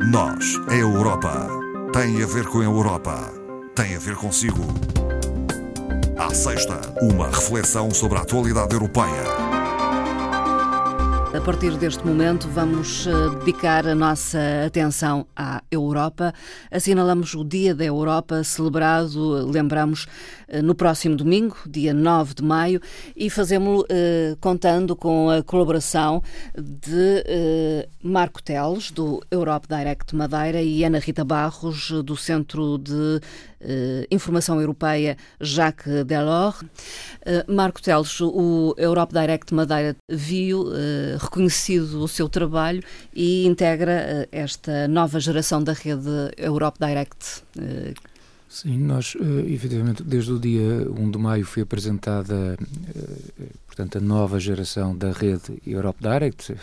Nós, a Europa, tem a ver com a Europa, tem a ver consigo. À sexta, uma reflexão sobre a atualidade europeia. A partir deste momento vamos dedicar a nossa atenção à Europa. Assinalamos o Dia da Europa, celebrado, lembramos, no próximo domingo, dia 9 de maio, e fazemos-lo contando com a colaboração de Marco Teles, do Europe Direct Madeira, e Ana Rita Barros, do Centro de Informação Europeia Jacques Delors. Marco Teles, o Europe Direct Madeira viu reconhecido o seu trabalho e integra esta nova geração da rede Europe Direct. Sim, nós, efetivamente, desde o dia 1 de maio foi apresentada, portanto, a nova geração da rede Europe Direct.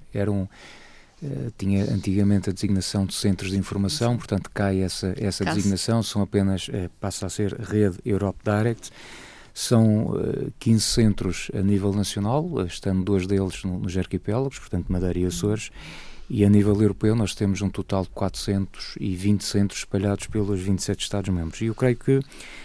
Tinha antigamente a designação de centros de informação, portanto cai essa designação, são apenas, passa a ser rede Europe Direct. São 15 centros a nível nacional, estando 2 deles nos arquipélagos, portanto Madeira e Açores, e a nível europeu nós temos um total de 420 centros espalhados pelos 27 Estados-membros. E eu creio que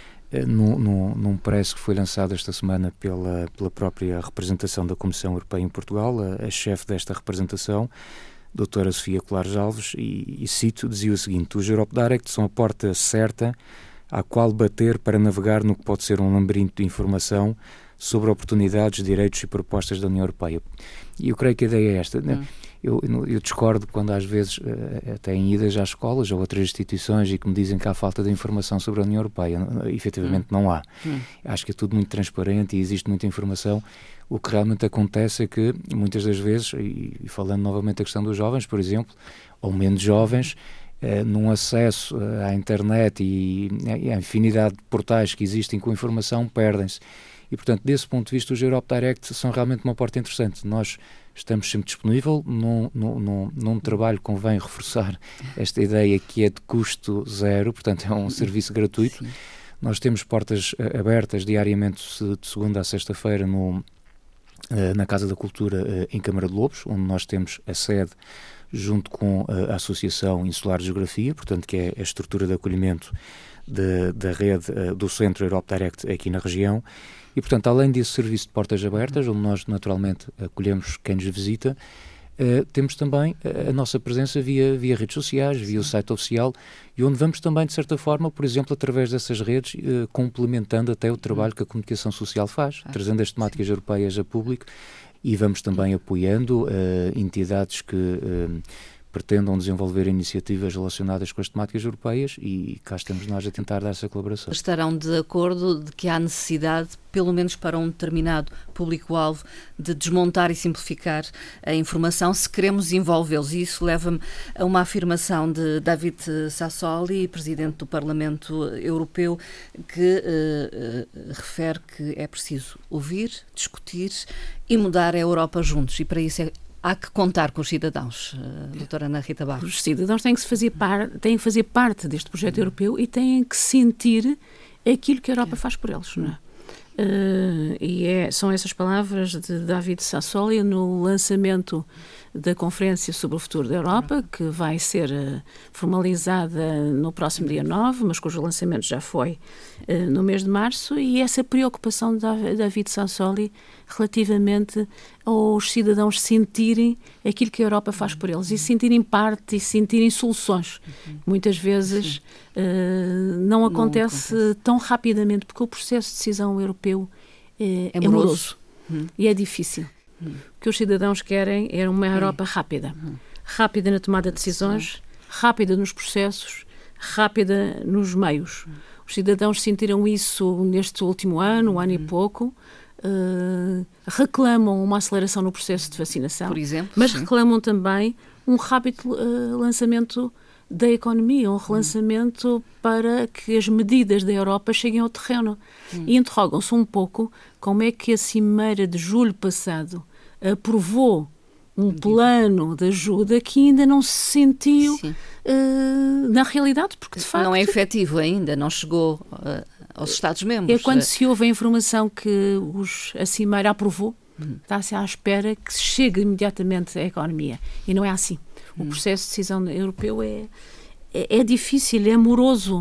num press que foi lançado esta semana pela própria representação da Comissão Europeia em Portugal, a chefe desta representação, doutora Sofia Colares Alves, e cito, dizia o seguinte: os Europe Direct são a porta certa à qual bater para navegar no que pode ser um labirinto de informação sobre oportunidades, direitos e propostas da União Europeia. E eu creio que a ideia é esta. Eu discordo quando às vezes, até em idas às escolas ou outras instituições, e que me dizem que há falta de informação sobre a União Europeia. Efetivamente não há. Acho que é tudo muito transparente e existe muita informação. O que realmente acontece é que, muitas das vezes, e falando novamente da questão dos jovens, por exemplo, ou menos jovens, num acesso à internet e à infinidade de portais que existem com informação, perdem-se. E, portanto, desse ponto de vista, os Europe Direct são realmente uma porta interessante. Nós estamos sempre disponíveis. Num trabalho convém reforçar esta ideia que é de custo zero, portanto é um serviço gratuito. Sim. Nós temos portas abertas diariamente de segunda a sexta-feira na Casa da Cultura em Câmara de Lobos, onde nós temos a sede junto com a Associação Insular de Geografia, portanto que é a estrutura de acolhimento da rede do Centro Europe Direct aqui na região. E, portanto, além desse serviço de portas abertas, onde nós naturalmente acolhemos quem nos visita, temos também a nossa presença via redes sociais, via o site oficial, e onde vamos também, de certa forma, por exemplo, através dessas redes, complementando até o trabalho que a comunicação social faz, trazendo as temáticas europeias a público, e vamos também apoiando entidades que pretendam desenvolver iniciativas relacionadas com as temáticas europeias, e cá estamos nós a tentar dar essa colaboração. Estarão de acordo de que há necessidade, pelo menos para um determinado público-alvo, de desmontar e simplificar a informação se queremos envolvê-los. E isso leva-me a uma afirmação de David Sassoli, Presidente do Parlamento Europeu, que refere que é preciso ouvir, discutir e mudar a Europa juntos. E para isso há que contar com os cidadãos, doutora Ana Rita Barros. Os cidadãos têm que fazer parte deste projeto europeu e têm que sentir aquilo que a Europa faz por eles, não é? São essas palavras de David Sassoli no lançamento da Conferência sobre o Futuro da Europa, que vai ser formalizada no próximo dia 9, mas cujo lançamento já foi no mês de março, e essa preocupação de David Sassoli relativamente aos cidadãos sentirem aquilo que a Europa faz por eles e sentirem parte e sentirem soluções. Muitas vezes não acontece tão rapidamente, porque o processo de decisão europeu é moroso e é difícil. O que os cidadãos querem é uma Europa rápida. Rápida na tomada de decisões, rápida nos processos, rápida nos meios. Os cidadãos sentiram isso neste último ano, um ano e pouco. Reclamam uma aceleração no processo de vacinação, por exemplo, mas reclamam também um rápido lançamento da economia, um relançamento para que as medidas da Europa cheguem ao terreno. E interrogam-se um pouco como é que a Cimeira de julho passado aprovou um plano de ajuda que ainda não se sentiu na realidade, porque de facto não é efetivo ainda, não chegou aos Estados-membros. É quando se ouve a informação que a Cimeira aprovou, está-se à espera que chegue imediatamente a economia. E não é assim. O processo de decisão europeu é difícil, é moroso,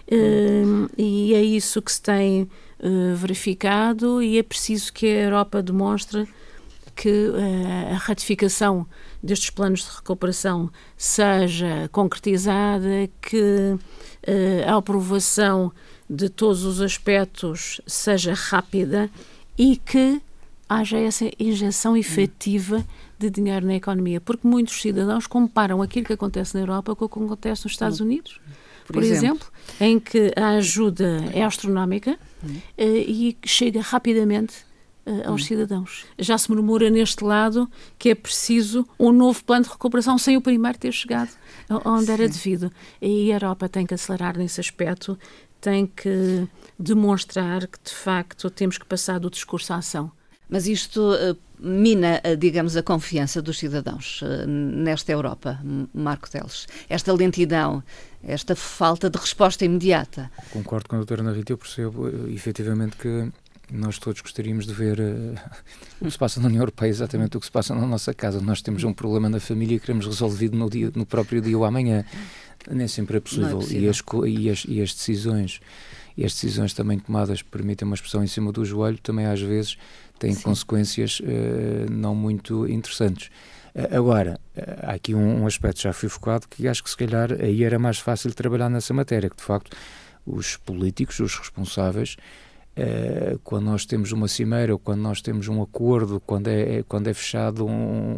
e é isso que se tem verificado, e é preciso que a Europa demonstre que a ratificação destes planos de recuperação seja concretizada, que a aprovação de todos os aspectos seja rápida e que haja essa injeção efetiva de dinheiro na economia, porque muitos cidadãos comparam aquilo que acontece na Europa com o que acontece nos Estados Unidos, por exemplo, em que a ajuda é astronómica e chega rapidamente aos cidadãos. Já se murmura neste lado que é preciso um novo plano de recuperação sem o primeiro ter chegado onde era devido. E a Europa tem que acelerar nesse aspecto, tem que demonstrar que, de facto, temos que passar do discurso à ação. Mas isto mina, digamos, a confiança dos cidadãos nesta Europa, Marco Teles. Esta lentidão, esta falta de resposta imediata. Concordo com a doutora Ana Rita, eu percebo efetivamente que nós todos gostaríamos de ver o que se passa na União Europeia, exatamente o que se passa na nossa casa. Nós temos um problema na família e queremos resolvido no próprio dia ou amanhã. Nem sempre é possível. E as decisões também tomadas, permitem uma expressão em cima do joelho, também às vezes têm consequências não muito interessantes. Agora, há aqui um aspecto que já foi focado, que acho que se calhar aí era mais fácil trabalhar nessa matéria, que de facto os políticos, os responsáveis, quando nós temos uma cimeira ou quando nós temos um acordo, quando é fechado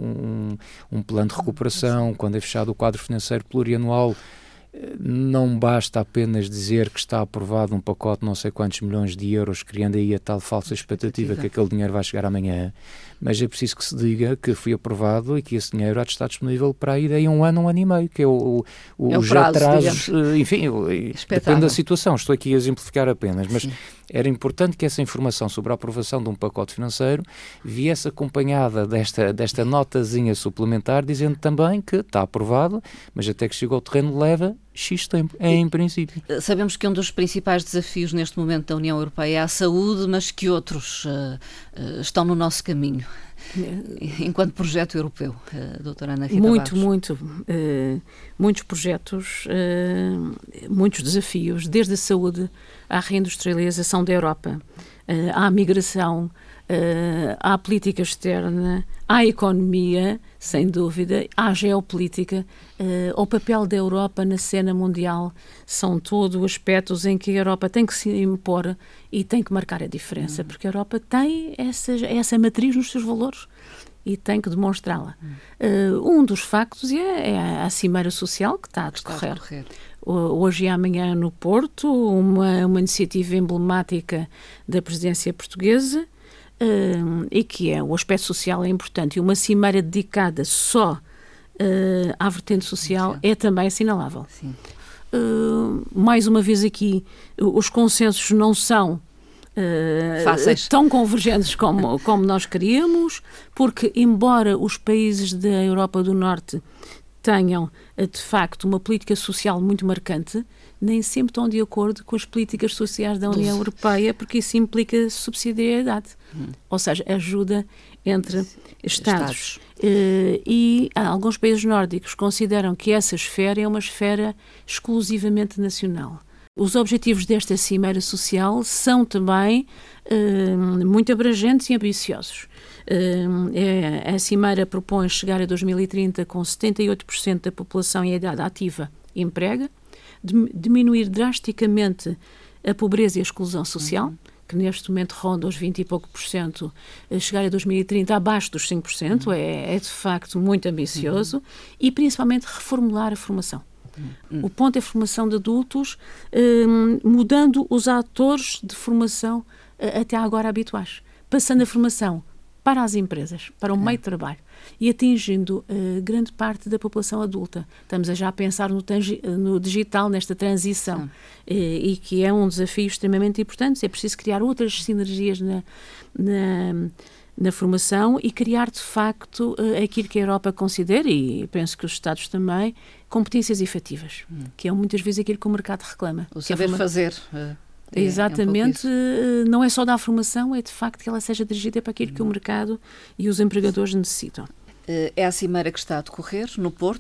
um plano de recuperação, quando é fechado o quadro financeiro plurianual, não basta apenas dizer que está aprovado um pacote de não sei quantos milhões de euros, criando aí a tal falsa expectativa que aquele dinheiro vai chegar amanhã, mas é preciso que se diga que foi aprovado e que esse dinheiro há de estar disponível para aí daí um ano e meio, que é os atrasos, enfim, depende da situação. Estou aqui a exemplificar apenas, mas era importante que essa informação sobre a aprovação de um pacote financeiro viesse acompanhada desta notazinha suplementar, dizendo também que está aprovado, mas até que chegou ao terreno leva X tempo, em princípio. Sabemos que um dos principais desafios neste momento da União Europeia é a saúde, mas que outros estão no nosso caminho, enquanto projeto europeu, doutora Ana Rita Barros. Muitos projetos, muitos desafios, desde a saúde à reindustrialização da Europa, à migração, à política externa, à economia, sem dúvida, à geopolítica, ao papel da Europa na cena mundial. São todos aspectos em que a Europa tem que se impor e tem que marcar a diferença, porque a Europa tem essa matriz nos seus valores e tem que demonstrá-la. Um dos factos é a Cimeira Social que está a decorrer. Hoje e amanhã no Porto, uma iniciativa emblemática da presidência portuguesa, e que o aspecto social é importante, e uma cimeira dedicada só à vertente social é também assinalável. Mais uma vez aqui, os consensos não são tão convergentes como nós queríamos, porque embora os países da Europa do Norte tenham, de facto, uma política social muito marcante, nem sempre estão de acordo com as políticas sociais da União Europeia, porque isso implica subsidiariedade, ou seja, ajuda entre Estados. E alguns países nórdicos consideram que essa esfera é uma esfera exclusivamente nacional. Os objetivos desta Cimeira Social são também muito abrangentes e ambiciosos. A Cimeira propõe chegar a 2030 com 78% da população em idade ativa e emprega, diminuir drasticamente a pobreza e a exclusão social, que neste momento ronda os 20 e pouco por cento, chegar a 2030 abaixo dos 5%, é de facto muito ambicioso, e principalmente reformular a formação. O ponto é a formação de adultos, mudando os atores de formação até agora habituais, passando a formação para as empresas, para o meio de trabalho e atingindo grande parte da população adulta. Estamos já a pensar no digital, nesta transição, e que é um desafio extremamente importante. É preciso criar outras sinergias na formação e criar, de facto, aquilo que a Europa considera, e penso que os Estados também, competências efetivas, que é muitas vezes aquilo que o mercado reclama. O saber fazer. Exatamente, não é só dar formação, é de facto que ela seja dirigida para aquilo que o mercado e os empregadores necessitam. É a cimeira que está a decorrer no Porto,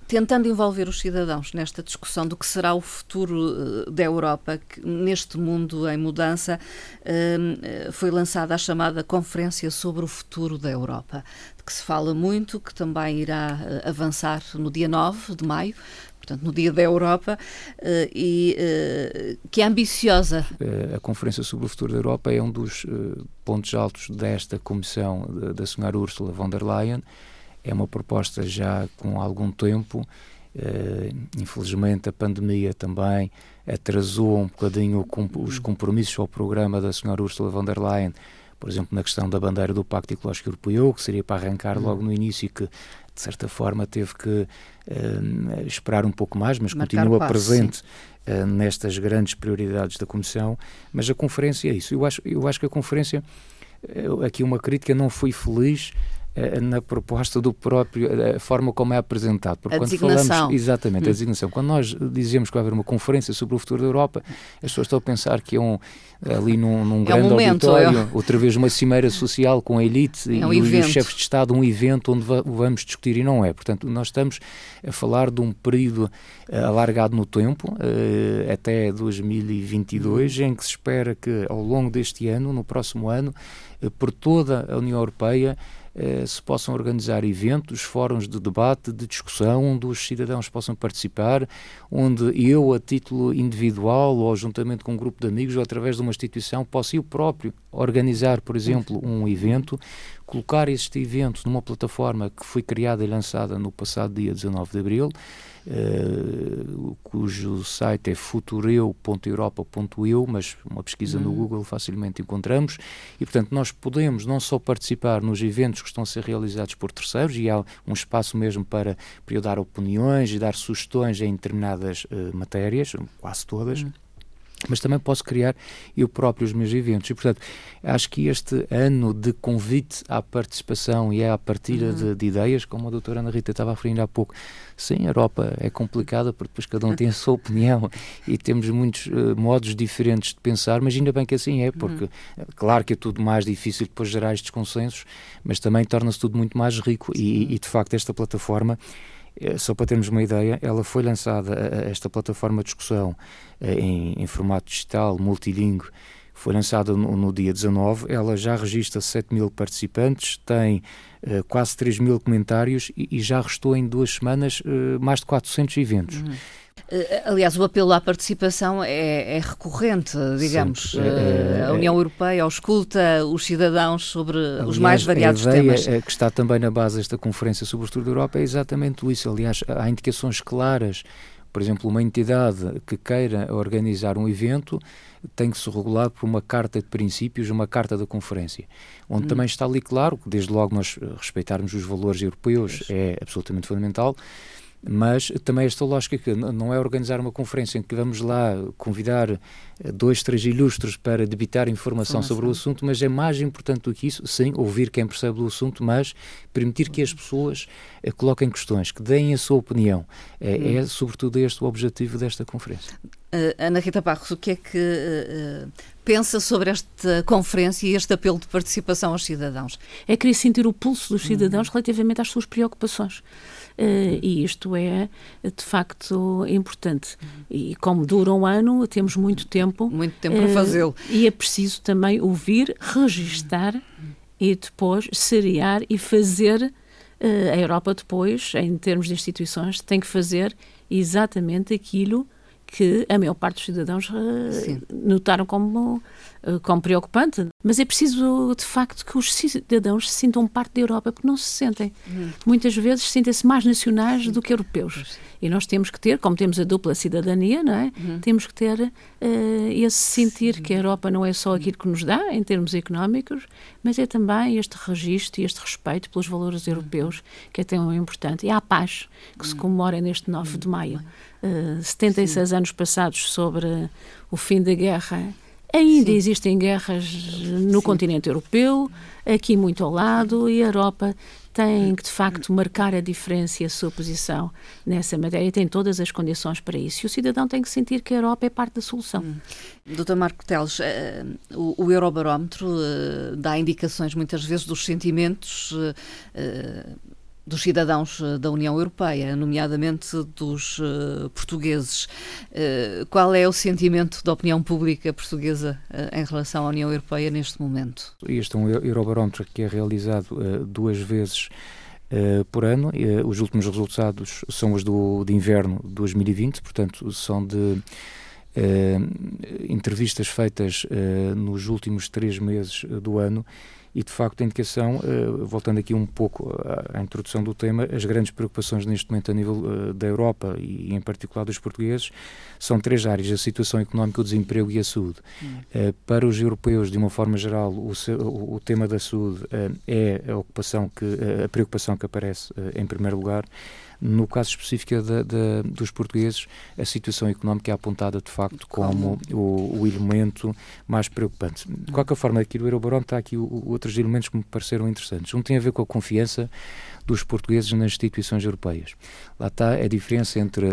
tentando envolver os cidadãos nesta discussão do que será o futuro da Europa, que neste mundo em mudança foi lançada a chamada Conferência sobre o Futuro da Europa, de que se fala muito, que também irá avançar no dia 9 de maio, portanto, no Dia da Europa, e que é ambiciosa. A Conferência sobre o Futuro da Europa é um dos pontos altos desta comissão da Sra. Ursula von der Leyen. É uma proposta já com algum tempo. Infelizmente, a pandemia também atrasou um bocadinho os compromissos ao programa da Sra. Ursula von der Leyen, por exemplo, na questão da bandeira do Pacto Ecológico Europeu, que seria para arrancar logo no início e que, de certa forma, teve que esperar um pouco mais, mas continua presente nestas grandes prioridades da Comissão. Mas a conferência é isso. Eu acho que a conferência, aqui uma crítica, não fui feliz na proposta do próprio, a forma como é apresentado. Porque quando falamos, exatamente, a designação. Quando nós dizemos que vai haver uma conferência sobre o futuro da Europa, as pessoas estão a pensar que ali num grande auditório, outra vez uma cimeira social com a elite e os chefes de Estado, um evento onde vamos discutir, e não é. Portanto, nós estamos a falar de um período alargado no tempo, até 2022, em que se espera que ao longo deste ano, no próximo ano, por toda a União Europeia, se possam organizar eventos, fóruns de debate, de discussão, onde os cidadãos possam participar, onde eu, a título individual ou juntamente com um grupo de amigos ou através de uma instituição, possa eu próprio organizar, por exemplo, um evento, colocar este evento numa plataforma que foi criada e lançada no passado dia 19 de abril, cujo site é futureu.europa.eu, mas uma pesquisa no Google facilmente encontramos, e portanto nós podemos não só participar nos eventos que estão a ser realizados por terceiros, e há um espaço mesmo para eu dar opiniões e dar sugestões em determinadas matérias, quase todas, mas também posso criar eu próprio os meus eventos. E, portanto, acho que este ano de convite à participação e à partilha de ideias, como a doutora Ana Rita estava a referir há pouco, sim, a Europa é complicada porque depois cada um tem a sua opinião e temos muitos modos diferentes de pensar, mas ainda bem que assim é, porque claro que é tudo mais difícil depois gerar estes consensos, mas também torna-se tudo muito mais rico e de facto esta plataforma, só para termos uma ideia, ela foi lançada, esta plataforma de discussão em formato digital, multilingue, foi lançada no dia 19, ela já registra 7.000 participantes, tem quase 3.000 comentários e já restou em 2 semanas mais de 400 eventos. Aliás, o apelo à participação é recorrente, digamos. A União Europeia ausculta os cidadãos sobre os mais variados temas. A ideia que está também na base desta Conferência sobre o Futuro da Europa é exatamente isso. Aliás, há indicações claras. Por exemplo, uma entidade que queira organizar um evento tem que se regular por uma carta de princípios, uma carta da conferência, onde também está ali claro que, desde logo, nós respeitarmos os valores europeus é absolutamente fundamental, mas também esta lógica que não é organizar uma conferência em que vamos lá convidar 2, 3 ilustres para debitar informação sobre o assunto, mas é mais importante do que isso, sim, ouvir quem percebe do assunto, mas permitir que as pessoas coloquem questões, que deem a sua opinião. É sobretudo este o objetivo desta conferência. Ana Rita Barros, o que é que pensa sobre esta conferência e este apelo de participação aos cidadãos? É querer sentir o pulso dos cidadãos relativamente às suas preocupações. E isto é, de facto, importante. E como dura um ano, temos muito tempo para fazê-lo. E é preciso também ouvir, registar e depois seriar e fazer. A Europa depois, em termos de instituições, tem que fazer exatamente aquilo que a maior parte dos cidadãos notaram como preocupante. Mas é preciso, de facto, que os cidadãos se sintam parte da Europa, porque não se sentem. Muitas vezes sentem-se mais nacionais do que europeus. E nós temos que ter, como temos a dupla cidadania, não é? Temos que ter esse sentir que a Europa não é só aquilo que nos dá, em termos económicos, mas é também este registro e este respeito pelos valores europeus, que é tão importante. E há a paz, que se comemora neste 9 de maio. 76 anos passados sobre o fim da guerra. Ainda existem guerras no continente europeu, aqui muito ao lado, e a Europa tem que, de facto, marcar a diferença e a sua posição nessa matéria, tem todas as condições para isso. E o cidadão tem que sentir que a Europa é parte da solução. Dr. Marco Teles, o Eurobarómetro dá indicações muitas vezes dos sentimentos dos cidadãos da União Europeia, nomeadamente dos portugueses. Qual é o sentimento da opinião pública portuguesa em relação à União Europeia neste momento? Este é um Eurobarómetro que é realizado 2 vezes por ano. Os últimos resultados são os de inverno de 2020, portanto são de entrevistas feitas nos últimos 3 meses do ano. E, de facto, a indicação, voltando aqui um pouco à introdução do tema, as grandes preocupações neste momento a nível da Europa e, em particular, dos portugueses, são 3 áreas: a situação económica, o desemprego e a saúde. Para os europeus, de uma forma geral, o tema da saúde é a preocupação que aparece em primeiro lugar. No caso específico dos portugueses, a situação económica é apontada, de facto, como o elemento mais preocupante. De qualquer forma, aqui no Eurobarómetro há aqui outros elementos que me pareceram interessantes. Um tem a ver com a confiança dos portugueses nas instituições europeias. Lá está a diferença entre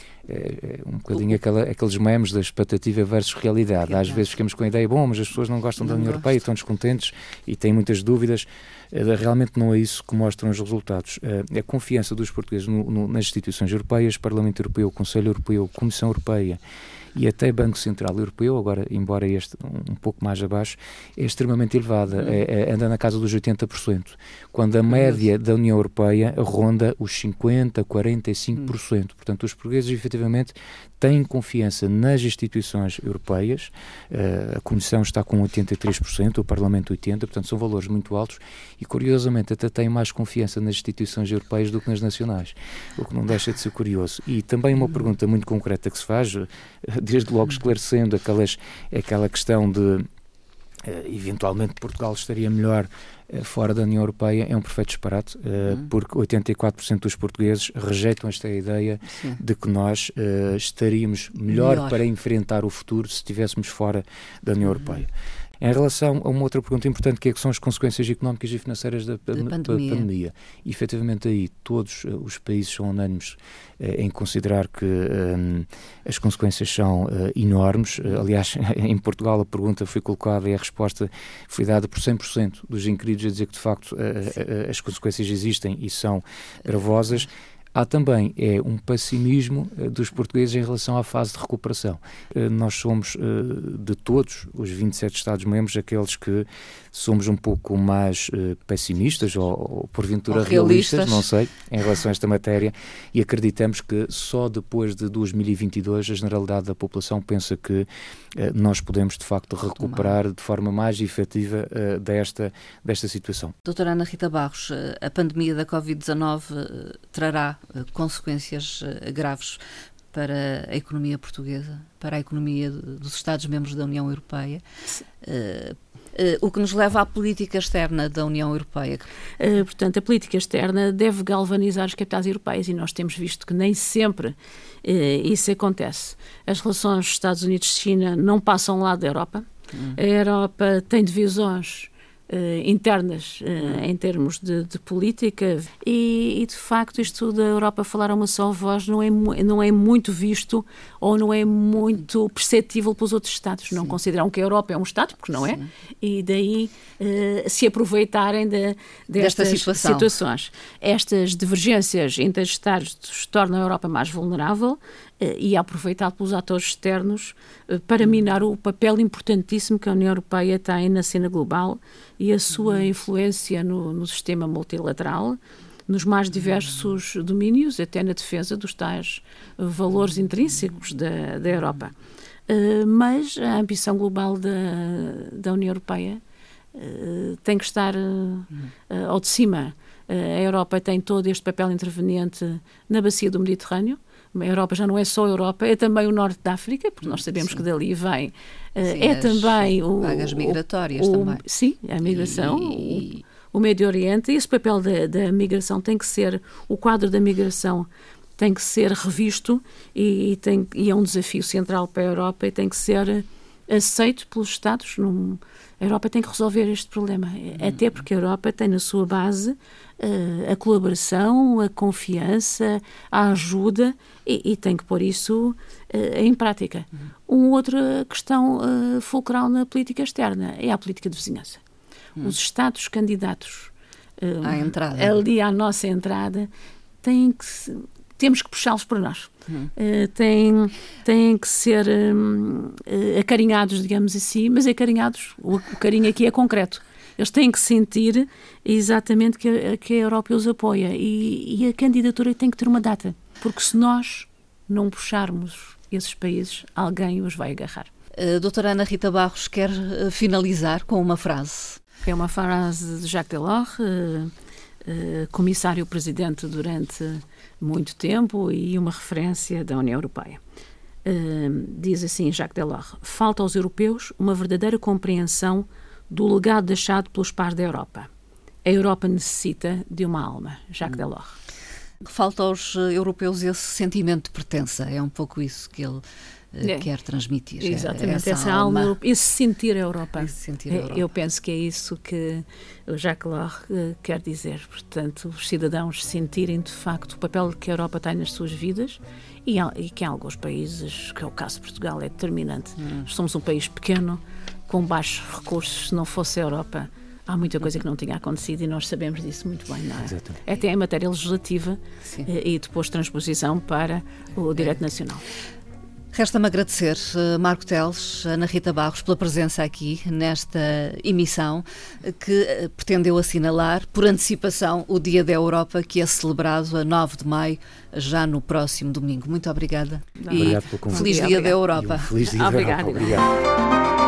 um bocadinho aqueles memes da expectativa versus realidade. Às vezes ficamos com a ideia, mas as pessoas não gostam da União Europeia, estão descontentes e têm muitas dúvidas. Realmente não é isso que mostram os resultados. A confiança dos portugueses nas instituições europeias, Parlamento Europeu, Conselho Europeu, Comissão Europeia e até Banco Central Europeu, agora, embora este um pouco mais abaixo, é extremamente elevada, anda na casa dos 80%, quando a média da União Europeia ronda os 50%, 45%. Portanto, os portugueses, efetivamente, têm confiança nas instituições europeias. A Comissão está com 83%, o Parlamento 80%, portanto, são valores muito altos e, curiosamente, até têm mais confiança nas instituições europeias do que nas nacionais, o que não deixa de ser curioso. E também uma pergunta muito concreta que se faz, desde logo esclarecendo aquela questão de eventualmente Portugal estaria melhor fora da União Europeia, é um perfeito disparate, porque 84% dos portugueses rejeitam esta ideia de que nós estaríamos melhor para enfrentar o futuro se estivéssemos fora da União Europeia. Em relação a uma outra pergunta importante, que são as consequências económicas e financeiras da pandemia. E, efetivamente, aí todos os países são unânimes em considerar que as consequências são enormes. Aliás, em Portugal a pergunta foi colocada e a resposta foi dada por 100% dos inquiridos a dizer que, de facto, as consequências existem e são gravosas. Há também um pessimismo dos portugueses em relação à fase de recuperação. Nós somos, de todos os 27 Estados-membros, aqueles que somos um pouco mais pessimistas ou porventura realistas, não sei, em relação a esta matéria, e acreditamos que só depois de 2022 a generalidade da população pensa que nós podemos, de facto, recuperar de forma mais efetiva desta situação. Doutora Ana Rita Barros, a pandemia da Covid-19 trará consequências graves para a economia portuguesa, para a economia dos Estados-membros da União Europeia, o que nos leva à política externa da União Europeia. Portanto, a política externa deve galvanizar as capitais europeias e nós temos visto que nem sempre isso acontece. As relações Estados Unidos-China não passam lá da Europa. A Europa tem divisões internas em termos de política e de facto isto da Europa falar a uma só voz não é muito visto ou não é muito perceptível pelos outros Estados. Não consideram que a Europa é um Estado, porque não é, e daí se aproveitarem destas situações. Estas divergências entre os Estados tornam a Europa mais vulnerável e é aproveitado pelos atores externos para minar o papel importantíssimo que a União Europeia tem na cena global e a sua influência no sistema multilateral, nos mais diversos domínios, até na defesa dos tais valores intrínsecos da Europa. Mas a ambição global da União Europeia tem que estar ao de cima. A Europa tem todo este papel interveniente na bacia do Mediterrâneo. A Europa já não é só a Europa, é também o norte da África, porque nós sabemos que dali vem. Também vagas migratórias também. Sim, a migração, o Médio Oriente. Esse papel da migração tem que ser, o quadro da migração tem que ser revisto e é um desafio central para a Europa e tem que ser aceito pelos Estados. A Europa tem que resolver este problema, até porque a Europa tem na sua base a colaboração, a confiança, a ajuda e tem que pôr isso em prática. Uma outra questão fulcral na política externa é a política de vizinhança. Os Estados candidatos à entrada. Ali à nossa entrada, temos que puxá-los por nós. Têm que ser acarinhados, digamos assim, mas acarinhados, o carinho aqui é concreto. Eles têm que sentir exatamente que a Europa os apoia e a candidatura tem que ter uma data, porque se nós não puxarmos esses países, alguém os vai agarrar. Doutora Ana Rita Barros quer finalizar com uma frase. É uma frase de Jacques Delors, comissário-presidente durante muito tempo e uma referência da União Europeia. Diz assim Jacques Delors: falta aos europeus uma verdadeira compreensão do legado deixado pelos pares da Europa. A Europa necessita de uma alma. Jacques Delors. Falta aos europeus esse sentimento de pertença. É um pouco isso que ele quer transmitir. Exatamente, essa alma, esse sentir a Europa. Eu penso que é isso que o Jacques Delors quer dizer. Portanto, os cidadãos sentirem de facto o papel que a Europa tem nas suas vidas e que em alguns países, que é o caso de Portugal, é determinante. Somos um país pequeno, com baixos recursos. Se não fosse a Europa, há muita coisa que não tinha acontecido e nós sabemos disso muito bem, não é? Exatamente. Até em matéria legislativa e depois transposição para o direito nacional. Resta-me agradecer Marco Teles, Ana Rita Barros, pela presença aqui nesta emissão que pretendeu assinalar, por antecipação, o Dia da Europa, que é celebrado a 9 de maio, já no próximo domingo. Muito obrigada. Obrigado pelo convite. Feliz Dia da Europa. Feliz Dia da Europa. Obrigado.